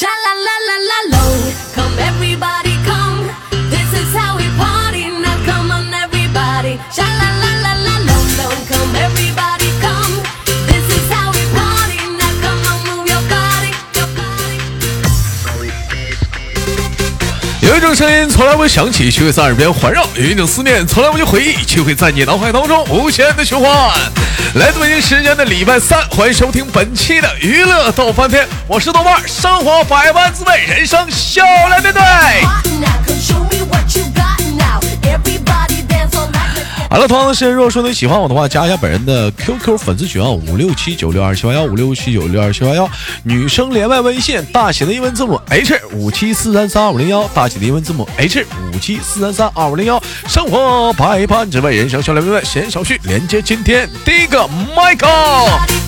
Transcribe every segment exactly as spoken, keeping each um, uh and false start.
有一种声音从来不会响起，却会在耳边环绕；有一种思念从来不去回忆，却会在你脑海当中无限的循环。来自北京时间的礼拜三，欢迎收听本期的娱乐逗翻天，我是豆瓣，生活百般滋味，人生笑来面对。好了，同样的时间，如果说你喜欢我的话，加一下本人的 Q Q 粉丝群啊，五六七九六二七八幺五六七九六二七八幺，女生连麦微信大写的英文字母 H 五七四三三二五零幺，大写的英文字母 H 五七四三三二五零幺，生活百般滋味，人生笑来面对。先小旭连接今天第一个 Michael。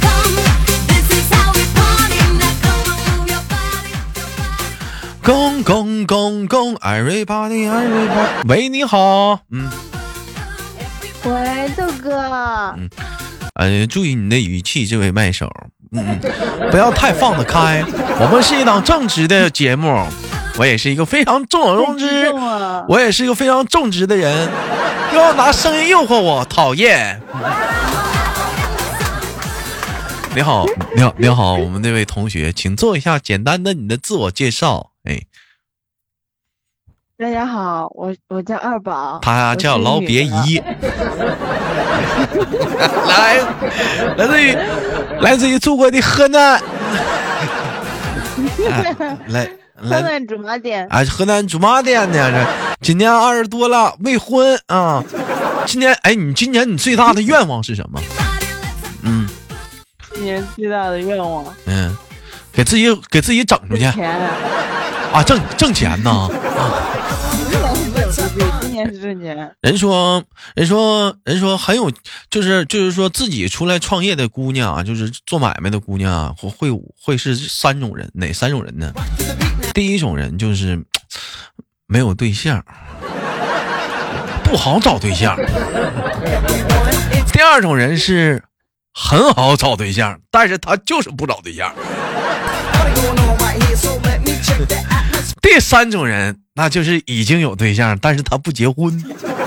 公公公公 everybody everybody， 喂，你好，嗯。 喂，豆哥。 嗯，呃，注意你的语气，这位麦手，嗯，不要太放得开。我们是一档正直的节目，我也是一个非常重重之，我也是一个非常正直的人，又要拿声音诱惑我，讨厌。你好，你好，你好，我们那位同学，请做一下简单的你的自我介绍。哎。 大家好，我我叫二宝， 他叫老别姨。来，来自于来自于祖国的河南。哎、来来， 河南驻马店啊，河南驻马店呢？今年二十多了，未婚啊。今年哎，你今年你最大的愿望是什么？嗯， 今年最大的愿望， 嗯，给自己给自己整出去。 钱啊，挣挣钱呢？啊。 今年是挣钱。 人说，人说，人说很有，就是就是说自己出来创业的姑娘啊，就是做买卖的姑娘啊，会会是三种人，哪三种人呢？第一种人就是没有对象，不好找对象。第二种人是很好找对象，但是他就是不找对象。第三种人，那就是已经有对象，但是他不结婚。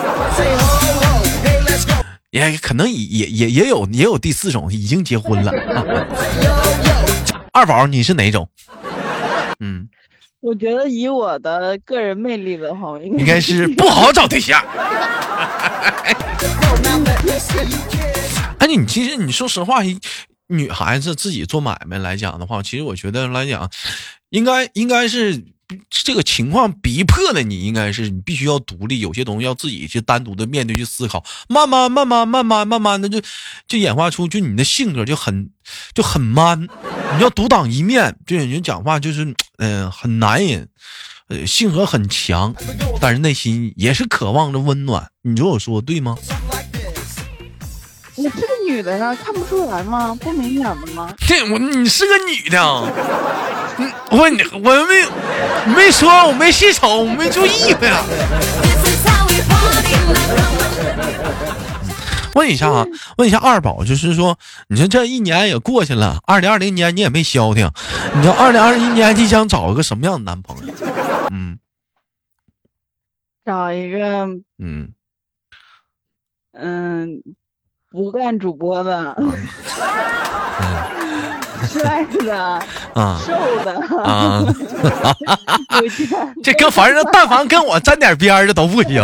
也可能也也也有也有第四种，已经结婚了。二宝，你是哪种？嗯， 我觉得以我的个人魅力的话，应该应该是不好找对象。哎，你其实你说实话，女孩子自己做买卖来讲的话，其实我觉得来讲，应该应该是。这个情况逼迫的你，应该是你必须要独立，有些东西要自己去单独的面对去思考，慢慢慢慢慢慢慢慢的就就演化出就你的性格就很就很 man， 你要独当一面，就人讲话就是嗯、呃、很男人，呃性格很强，但是内心也是渴望着温暖，你说我说对吗？ 你这个女的呢，看不出来吗？不明显的吗？ 这我你是个女的，嗯，我你我没没说，我没细瞅，我没注意呀。问一下啊，问一下二宝，就是说，你说这一年也过去了，二零二零年你也没消停，你说二零二一年你想找一个什么样的男朋友？嗯， 找一个嗯嗯。不干主播的，帅的， 啊， 瘦的， 啊，这跟反正但凡跟我沾点边的都不行。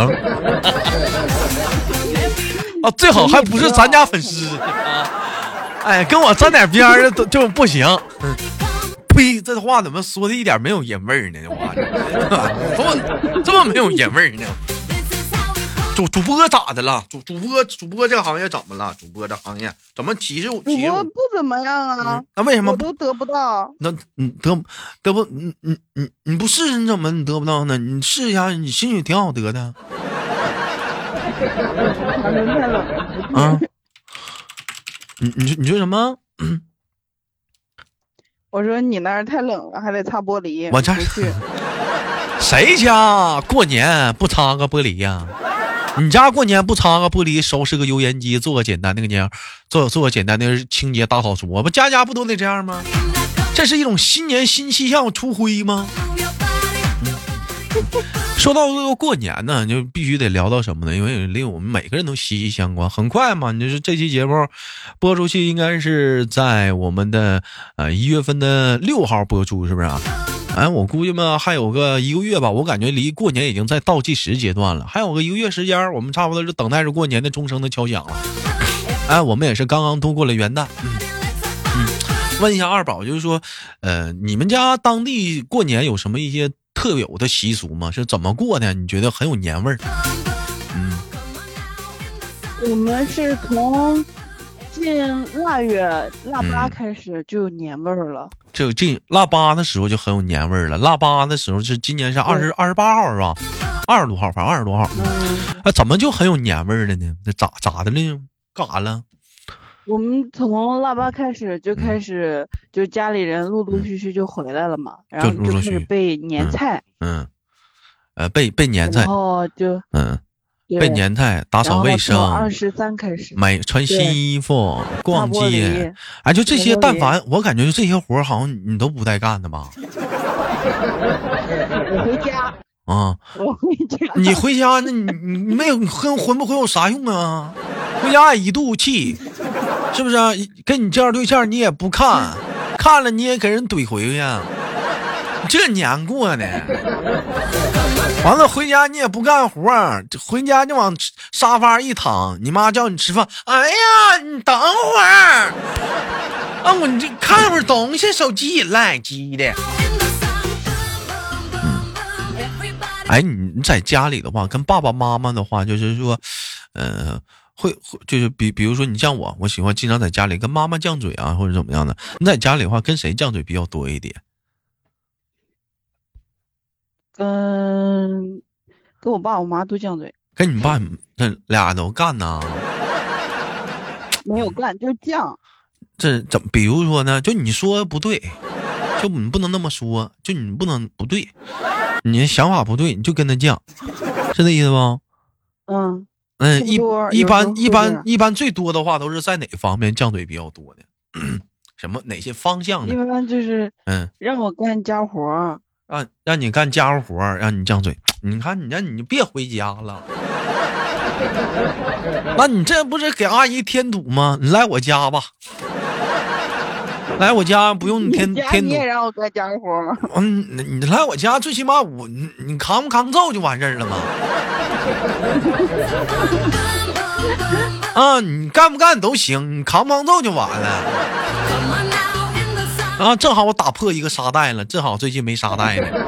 啊，最好还不是咱家粉丝，哎，跟我沾点边的都就不行。嗯，呸，这话怎么说的一点没有爷味儿呢？这话这么这么没有爷味儿呢？主主播咋的了？主主播主播这个行业怎么了？主播这行业怎么歧视我？ 主播不怎么样啊？ 那、嗯、为什么我都得不到？ 那你得得不？你你你你不试你怎么你得不到呢？你试一下，你兴许挺好得的。啊？你你说你说什么？ 我说你那儿太冷了，还得擦玻璃。 我这谁家过年不擦个玻璃呀、啊？你家过年不擦个玻璃，收拾个油烟机，做个简单那个年，做做个简单的清洁打扫除，不家家不都得这样吗？ 这是一种新年新气象出灰吗？说到这个过年呢，就必须得聊到什么呢？因为离我们每个人都息息相关。很快嘛，就是这期节目播出去，应该是在我们的呃一月份的六号播出，是不是啊？哎，我估计嘛，还有个一个月吧。我感觉离过年已经在倒计时阶段了，还有个一个月时间，我们差不多是等待着过年的钟声的敲响了。哎，我们也是刚刚度过了元旦。嗯嗯，问一下二宝，就是说，呃，你们家当地过年有什么一些特有的习俗吗？是怎么过的？你觉得很有年味儿？嗯， 我们是从进腊月腊八开始就有年味儿了。 这这腊八的时候就很有年味儿了。腊八的时候是今年是二十二十八号是吧？二十多号，反正二十多号。嗯，啊，怎么就很有年味儿了呢？这咋咋的了？干啥了？ 我们从腊八开始就开始，嗯、就家里人陆陆续续就回来了嘛，然后就开始备年菜。 嗯，嗯呃，备备年菜， 然后就嗯。备年菜，打扫卫生， 二十三开始买穿新衣服，逛街，哎，就这些，但凡我感觉这些活好像你都不带干的吧？ 我回家啊， 我回家， 你回家那你你没有跟混不混有啥用啊？回家一肚气，是不是啊？跟你介绍对象你也不看，看了你也给人怼回去呀？这年过的，完了回家你也不干活，回家就往沙发一躺，你妈叫你吃饭，哎呀，你等会儿啊，我你这看会儿东西，手机赖机的。嗯，哎，你你在家里的话，跟爸爸妈妈的话，就是说，呃，会会就是比比如说你像我，我喜欢经常在家里跟妈妈犟嘴啊，或者怎么样的。你在家里的话，跟谁犟嘴比较多一点？ 跟跟我爸我妈都犟嘴。 跟你爸这俩都干呢？ 没有干就犟。 这怎么？比如说呢？就你说不对，就你不能那么说，就你不能不对，你的想法不对，你就跟他犟，是这意思不？ 嗯嗯，一一般一般一般最多的话都是在哪方面犟嘴比较多的？什么哪些方向呢？ 一般就是嗯，让我干家活。 让让你干家务活，让你犟嘴。你看你，让你别回家了。那你这不是给阿姨添堵吗？你来我家吧，来我家不用你添添堵。 你也让我干家务活吗？ 嗯，你来我家最起码我你你扛不扛揍就完事儿了吗？啊，你干不干都行，你扛不扛揍就完了。啊，正好我打破一个沙袋了，正好最近没沙袋呢。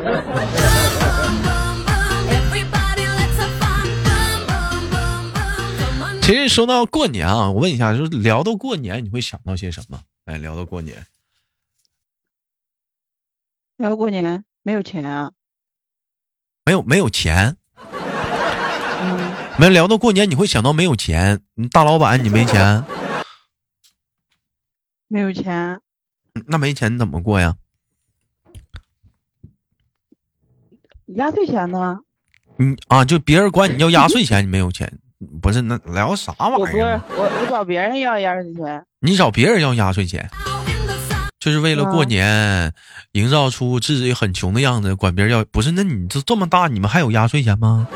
其实说到过年啊，我问一下，就是聊到过年，你会想到些什么？来聊到过年， 聊到过年没有钱啊？ 没有没有钱？ 嗯， 没聊到过年，你会想到没有钱？你大老板，你没钱？ 没有钱。 那没钱怎么过呀？ 压岁钱呢？ 嗯啊，就别人管你要压岁钱，你没有钱，不是？那聊啥玩意儿？ 我不是我，我找别人要压岁钱。 你找别人要压岁钱，就是为了过年，营造出自己很穷的样子，管别人要。不是？那你这这么大，你们还有压岁钱吗？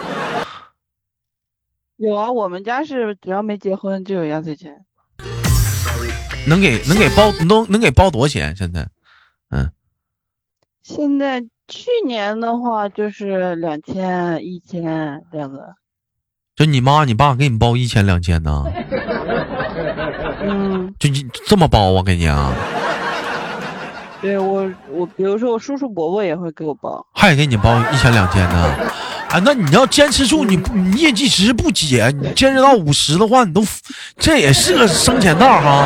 有啊，我们家是只要没结婚就有压岁钱。 能给能给包能能给包多少钱？现在，嗯， 现在去年的话就是两千一千这样子。 就你妈你爸给你包一千两千呢？ 嗯， 就你这么包啊？给你啊？ 对我我比如说我叔叔伯伯也会给我包， 还给你包一千两千呢？啊，那你要坚持住，你你业绩值不减，你坚持到五十的话，你都这也是个生钱道哈。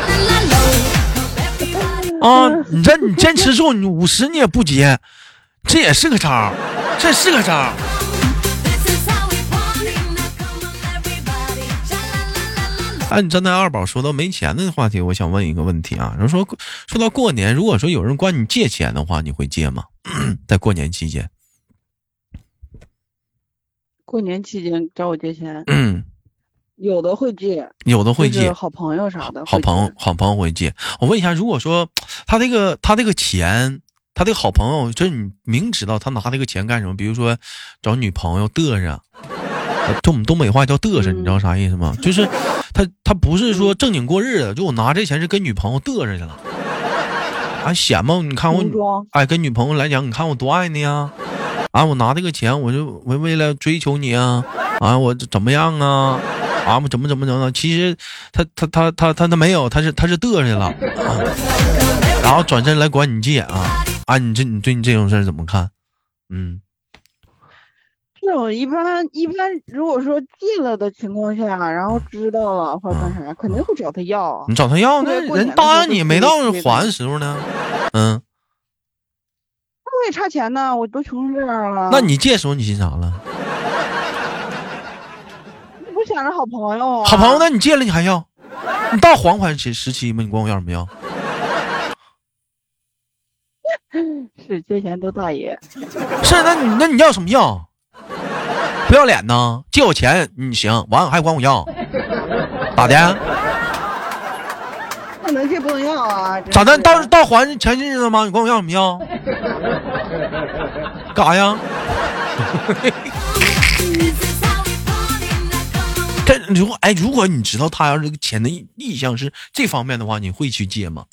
啊，你这你坚持住，你五十你也不结，这也是个招，这是个招。哎，你站在二宝说到没钱的话题，我想问一个问题啊，说说到过年，如果说有人管你借钱的话，你会借吗？在过年期间？ 过年期间找我借钱？ 嗯， 有的会借， 有的会借， 好朋友啥的， 好朋友好朋友会借。我问一下，如果说他这个他这个钱，他这个好朋友，就是你明知道他拿这个钱干什么？比如说找女朋友嘚瑟，就我们东北话叫嘚瑟，你知道啥意思吗？就是他他不是说正经过日子，就我拿这钱是跟女朋友嘚瑟去了。啊，显吗？你看我，哎，跟女朋友来讲，你看我多爱你啊！啊，我拿这个钱，我就为为了追求你啊！啊，我怎么样啊？啊，我怎么怎么怎么？其实他他他他他他没有，他是他是嘚瑟了、啊，然后转身来管你借啊！啊，你这你对你这种事怎么看？嗯。 这种一般一般，如果说借了的情况下，然后知道了或者干啥，嗯、肯定会找他要。 你找他要，那人答应你没到还的时候呢？嗯， 那我也差钱呢，我都穷成这样了。 那你借时候你寻啥了？ 你不想着好朋友啊？ 好朋友，那你借了你还要？你到还款时时期吗？你管我要什么要？ 是借钱都大爷。 是，那你那你要什么要？不要脸呢？借我钱你行，完了还管我要，咋的？ 不能借不能要啊！ 咋的？到到还钱日子吗？你管我要什么要？干啥呀？这如果哎，如果你知道他要这个钱的意向是这方面的话，你会去借吗？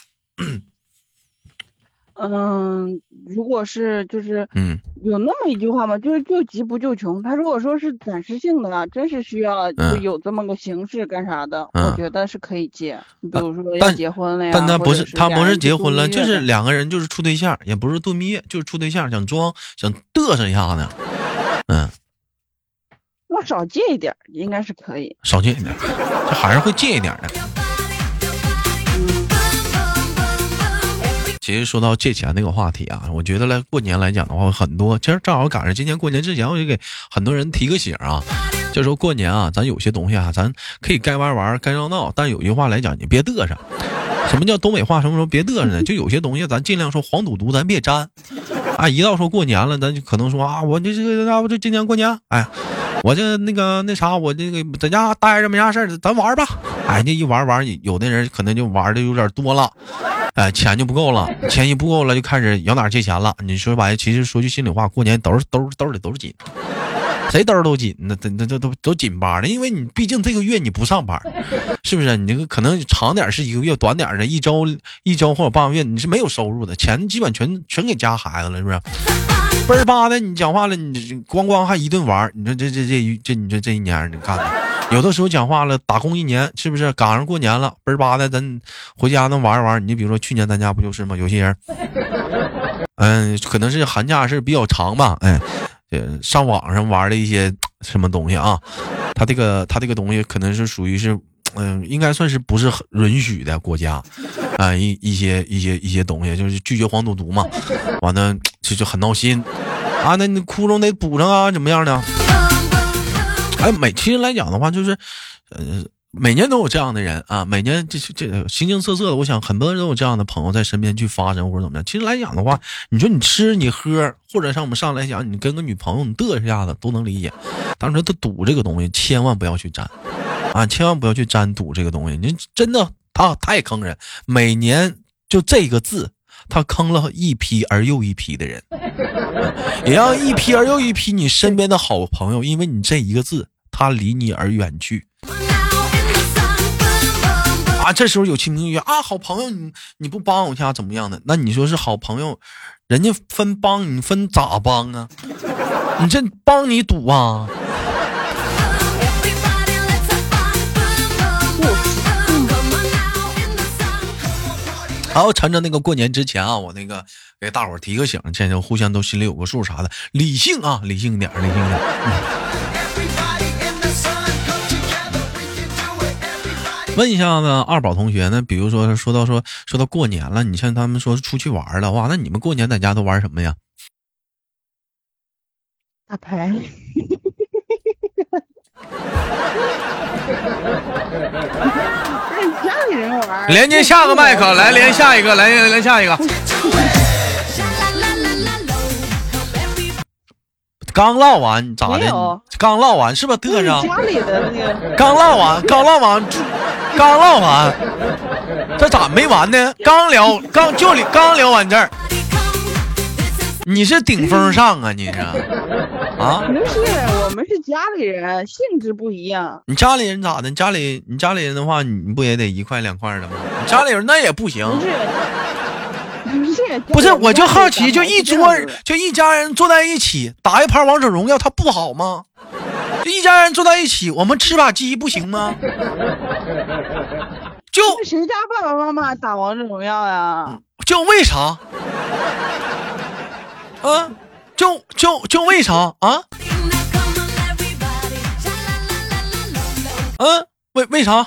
嗯，如果是就是嗯，有那么一句话嘛，就是救急不救穷。他如果说是暂时性的，真是需要就有这么个形式干啥的，嗯、我觉得是可以借。你比如说要结婚了呀， 但他不是他不是结婚了，就是两个人就是处对象，也不是度蜜月，就是处对象，想装想嘚瑟一下子，嗯。 那少借一点，应该是可以。 少借一点，这还是会借一点的。其实说到借钱那个话题啊，我觉得来过年来讲的话，很多其实正好赶上今年过年之前，我就给很多人提个醒啊，就说过年啊，咱有些东西啊，咱可以该玩玩该闹闹，但有句话来讲，你别嘚瑟。什么叫东北话？什么时候别嘚瑟呢？就有些东西咱尽量说黄赌毒，咱别沾啊。一到说过年了，咱就可能说啊，我这这个我这今年过年，哎，我这那个那啥，我这个在家待着没啥事儿，咱玩吧。哎，这一玩玩，有的人可能就玩的有点多了。哎，钱就不够了，钱一不够了，就开始摇哪借钱了。你说白，其实说句心里话，过年兜兜兜里都是紧，谁兜都紧，那那那都都紧巴的，因为你毕竟这个月你不上班，是不是？你这个可能长点是一个月，短点的一周一周或者半个月，你是没有收入的，钱基本全全给家孩子了，是不是？倍儿巴的，你讲话了，你光光还一顿玩，你说这这这这你说这一年你干的。有的时候讲话了，打工一年是不是赶上过年了，倍儿巴的，咱回家能玩一玩。你比如说去年咱家不就是吗？有些人，嗯，可能是寒假是比较长吧，哎，上网上玩的一些什么东西啊，他这个他这个东西可能是属于是，嗯，应该算是不是很允许的国家，啊，一一些一些一些东西就是拒绝黄赌毒嘛，完了就就很闹心啊，那你窟窿得补上啊，怎么样的？哎，每其实来讲的话，就是，呃，每年都有这样的人啊，每年这这形形色色的，我想很多人都有这样的朋友在身边去发生或者怎么样。其实来讲的话，你说你吃你喝，或者像我们上来讲，你跟个女朋友你嘚瑟一下子都能理解。但是他赌这个东西，千万不要去沾啊，千万不要去沾赌这个东西。你真的他太坑人，每年就这个字。他坑了一批而又一批的人，也让一批而又一批你身边的好朋友，因为你这一个字，他离你而远去。啊，这时候有亲情约啊，好朋友你你不帮我一下怎么样的？那你说是好朋友，人家分帮你分咋帮啊？你这帮你赌啊？好，趁着那个过年之前啊，我那个给大伙儿提个醒，现在互相都心里有个数啥的，理性啊，理性点，理性点。嗯、问一下呢，二宝同学呢，比如说说到说说到过年了，你像他们说出去玩了，哇，那你们过年在家都玩什么呀？ 打牌。家里人玩， 连接下个麦克，来连下一个，来连下一个。 刚唠完咋的？刚唠完是不是嘚瑟？ 家里的那个。 刚唠完，刚唠完，刚唠完，这咋没完呢？刚聊，刚就刚聊完这儿。你是顶风上啊？你是啊？ 不是，我们是家里人，性质不一样。 你家里人咋的？你家里你家里人的话，你不也得一块两块的吗？你家里人那也不行。 不是，不是， 不是，我就好奇，就一桌就一家人坐在一起打一盘王者荣耀，它不好吗？就一家人坐在一起，我们吃把鸡不行吗？就谁家爸爸妈妈打王者荣耀呀？ 就为啥？啊，就就就为啥啊？嗯，为为啥？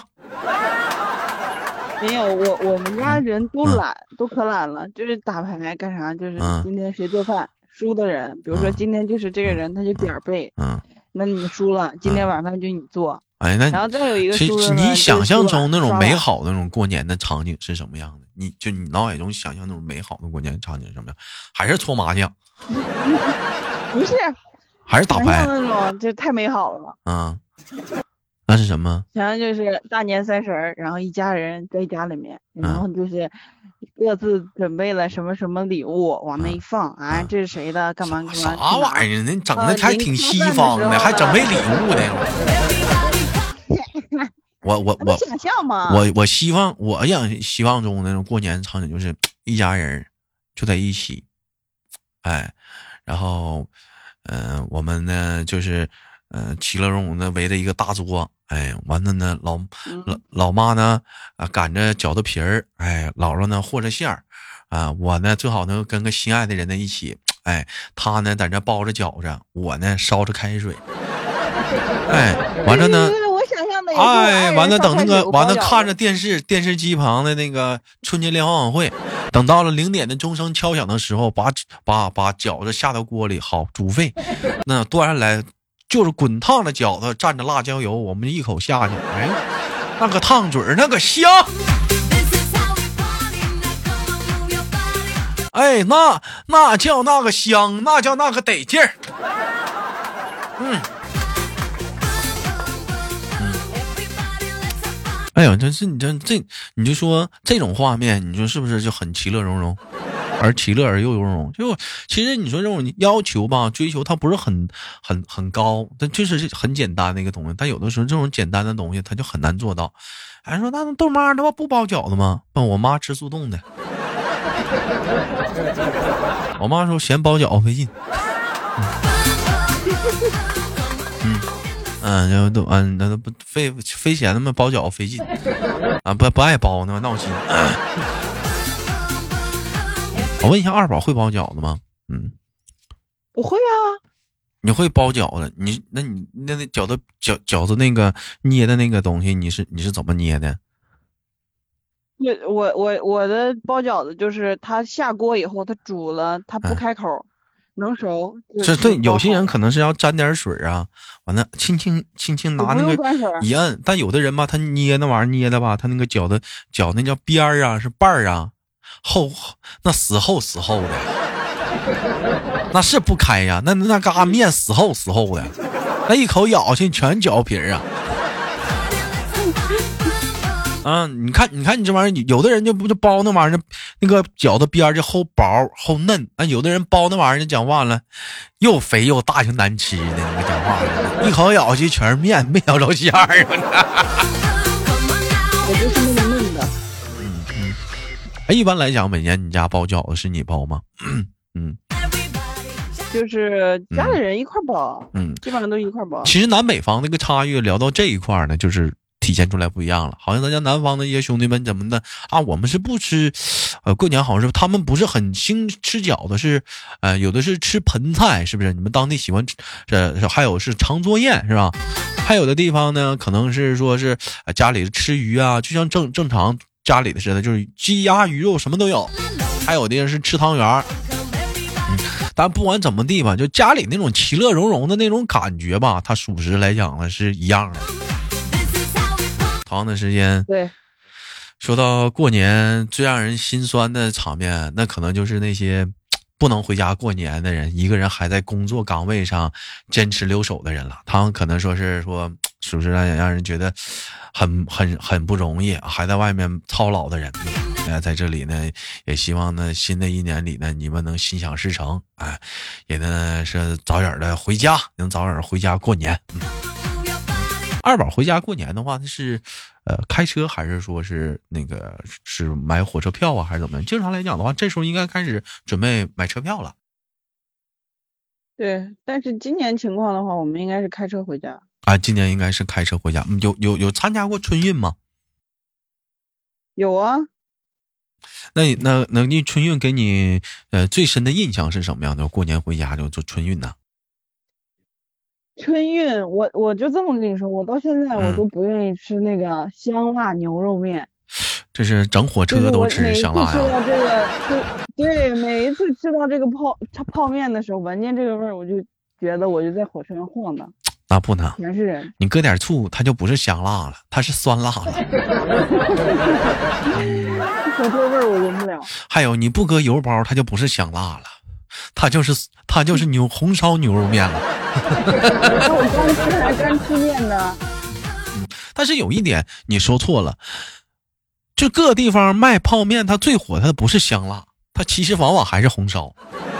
没有，我我们家人都懒，嗯、都可懒了，就是打牌干啥，就是今天谁做饭，嗯、输的人，比如说今天就是这个人，他就点儿背，嗯，那你输了，今天晚饭就你做。 哎，那然后再有一个输的， 你想象中那种美好的那种过年的场景是什么样的？你就你脑海中想象那种美好的过年场景是什么样？还是搓麻将？ 不是， 还是打牌那种，就太美好了。 嗯，那是什么？ 想象就是大年三十儿，然后一家人在家里面，然后就是各自准备了什么什么礼物，往那一放，啊，这是谁的？干嘛干嘛？ 啥玩意儿？你整的还挺西方的，还准备礼物的。我我我想象嘛， 我我希望我想希望中那种过年场景就是一家人就在一起，哎，然后嗯、呃，我们呢就是嗯、呃，其乐融融的围着一个大桌，哎，完了呢老老老妈呢啊擀着饺子皮儿，哎，姥姥呢和着馅儿，啊，我呢最好能跟个心爱的人在一起，哎，他呢在这包着饺子，我呢烧着开水，哎，完了呢。哎，完了，等那个完了，看着电视电视机旁的那个春节联欢晚会，等到了零点的钟声敲响的时候，把把把饺子下到锅里，好煮沸，那端上来就是滚烫的饺子，蘸着辣椒油，我们一口下去，哎，那个烫嘴儿，那个香，哎，那那叫那个香，那叫那个得劲儿，嗯。哎呀，真是你这这，你就说这种画面，你说是不是就很其乐融融，而其乐而又融融？就其实你说这种要求吧，追求它不是很很很高，但就是很简单的一个东西。但有的时候这种简单的东西，它就很难做到。还说那豆妈他妈不包饺子吗？问我妈吃速冻的，我妈说嫌包饺子费劲。嗯。嗯，然后都嗯，那都不费费钱，他妈包饺子费劲啊，不不爱包呢，闹心。我问一下，二宝会包饺子吗？嗯， 我会啊。 你会包饺子？你那你那那饺子饺饺子那个捏的那个东西，你是你是怎么捏的？ 我我我我的包饺子就是它下锅以后，它煮了，它不开口。嗯能熟， 这对有些人可能是要沾点水啊，完了轻轻轻轻拿那个一摁，但有的人吧，他捏那玩意儿捏的吧，他那个饺子饺那叫边儿啊，是瓣儿啊，厚那死厚死厚的，那是不开呀，那那嘎面死厚死厚的，那一口咬下去全饺皮儿啊。啊，你看，你看，你这玩意儿，有的人就不就包那玩意儿，那个饺子边就齁薄齁嫩啊；有的人包那玩意儿就讲话了，又肥又大又难吃的，那个讲话了，一口咬下去全是面，没咬着馅儿啊。 我就是那么嫩的。 嗯嗯。哎，一般来讲，每年你家包饺子是你包吗？嗯。 就是家里人一块包，嗯，基本上都一块包。 其实南北方那个差异聊到这一块呢，就是体现出来不一样了。好像咱家南方的一些兄弟们怎么的啊，我们是不吃，呃，过年好像是他们不是很兴吃饺子，是呃有的是吃盆菜，是不是？你们当地喜欢吃，呃，还有是长桌宴是吧？还有的地方呢，可能是说是呃家里吃鱼啊，就像正正常家里的似的，就是鸡鸭鱼肉什么都有。还有的人是吃汤圆。嗯，但不管怎么地吧，就家里那种其乐融融的那种感觉吧，它属实来讲呢是一样的。同样的时间， 对， 说到过年最让人心酸的场面，那可能就是那些不能回家过年的人，一个人还在工作岗位上坚持留守的人了，他们可能说是说是不是让让人觉得很很很不容易，还在外面操劳的人。呃，在这里呢，也希望呢，新的一年里呢，你们能心想事成，哎，也呢是早点的回家，能早点回家过年。嗯，二宝回家过年的话，他是呃开车还是说是那个是买火车票啊，还是怎么样？正常来讲的话，这时候应该开始准备买车票了。 对，但是今年情况的话，我们应该是开车回家。 啊，今年应该是开车回家。有有有参加过春运吗？ 有啊。 那你那那你春运给你呃最深的印象是什么样的？过年回家就做春运呢？ 春运，我我就这么跟你说，我到现在我都不愿意吃那个香辣牛肉面。嗯、 这是整火车都吃香辣呀。 吃到这个，对，每一次吃到这个泡泡面的时候，闻见这个味儿，我就觉得我就在火车上晃荡。 那不能， 全是人。 你搁点醋，它就不是香辣了，它是酸辣了。 火车味儿我闻不了。 还有你不搁油包，它就不是香辣了，它就是它就是牛红烧牛肉面了。 那我刚吃还干吃面呢。 嗯，但是有一点你说错了，就各地方卖泡面，它最火它不是香辣，它其实往往还是红烧。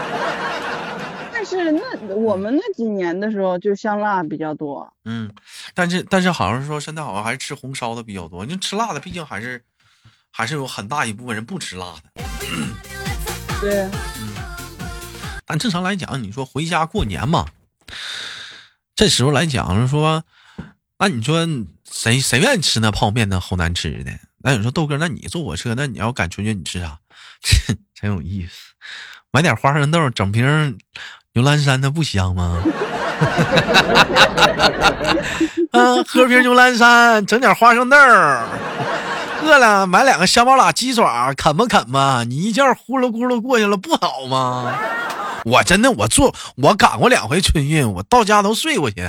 是那我们那几年的时候就香辣比较多。 嗯，但是但是好像是说现在好像还是吃红烧的比较多，就吃辣的毕竟还是还是有很大一部分人不吃辣的。 对， 嗯，但正常来讲，你说回家过年嘛，这时候来讲说，那你说谁谁愿意吃那泡面那齁难吃的？那你说豆哥，那你坐火车，那你要赶春运，你吃啥？真有意思，买点花生豆，整瓶牛栏山，它不香吗？啊，喝瓶牛栏山，整点花生豆，饿了买两个香巴拉鸡爪，啃吧啃吧，你一觉呼噜咕噜过去了，不好吗？我真的，我坐我赶过两回春运，我到家都睡过去。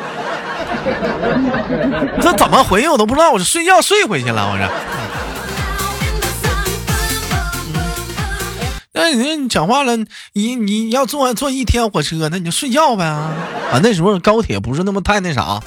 这怎么回我都不知道，我是睡觉睡回去了，我是。那你你讲话了，你你要坐坐一天火车，那你就睡觉呗啊！那时候高铁不是那么太那啥。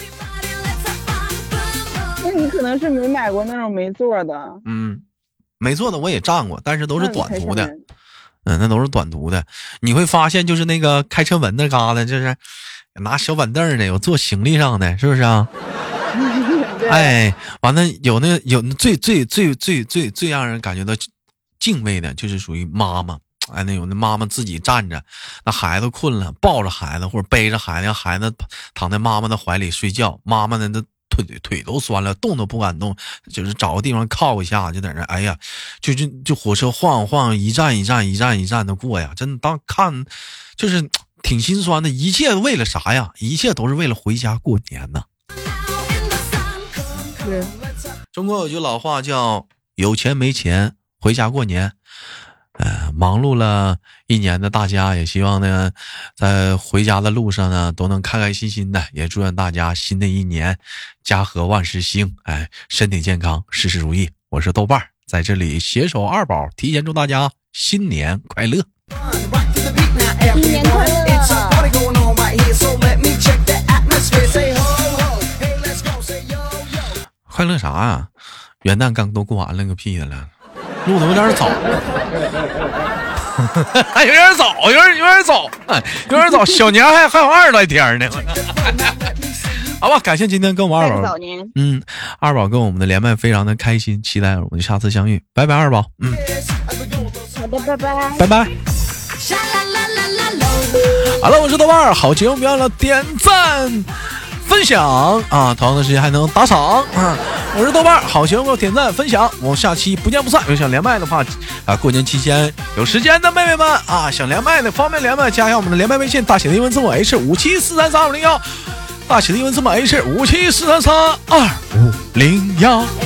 那你可能是没买过那种没座的。 嗯，没座的我也站过，但是都是短途的。嗯，那都是短途的。你会发现，就是那个开车门那嘎达，就是拿小板凳的，有坐行李上的，是不是啊？哎，完了有那有那最最最最最最让人感觉到敬畏的，就是属于妈妈。哎，那有那妈妈自己站着，那孩子困了，抱着孩子或者背着孩子，让孩子躺在妈妈的怀里睡觉。妈妈呢，那腿腿都酸了，动都不敢动，就是找个地方靠一下，就在那，哎呀，就就就火车晃晃，一站一站，一站一站的过呀，真的当看，就是挺心酸的。一切为了啥呀？一切都是为了回家过年呢。 是， 中国有句老话叫“有钱没钱回家过年”。呃，忙碌了一年的大家，也希望呢，在回家的路上呢，都能开开心心的。也祝愿大家新的一年家和万事兴，哎，身体健康，事事如意。我是豆瓣，在这里携手二宝，提前祝大家新年快乐！ 新年快乐！ 快乐啥呀？元旦刚都过完了，个屁的了。录的有点早，有点早，有点有点早，有点早。小年还还有二十来天呢。好吧，感谢今天跟我们二宝，嗯，二宝跟我们的连麦非常的开心，期待我们下次相遇，拜拜，二宝，嗯， 好的，拜拜， 拜拜。好了，我是豆瓣，好节目别忘了点赞。分享啊，同样的时间还能打赏啊！我是豆瓣，好节目点赞分享，我们下期不见不散。有想连麦的话啊，过年期间有时间的妹妹们啊，想连麦的方便连麦，加一下我们的连麦微信，大写的英文字母 H 五七四三三二五零幺，大写的英文字母 H 五七四三三二五零幺。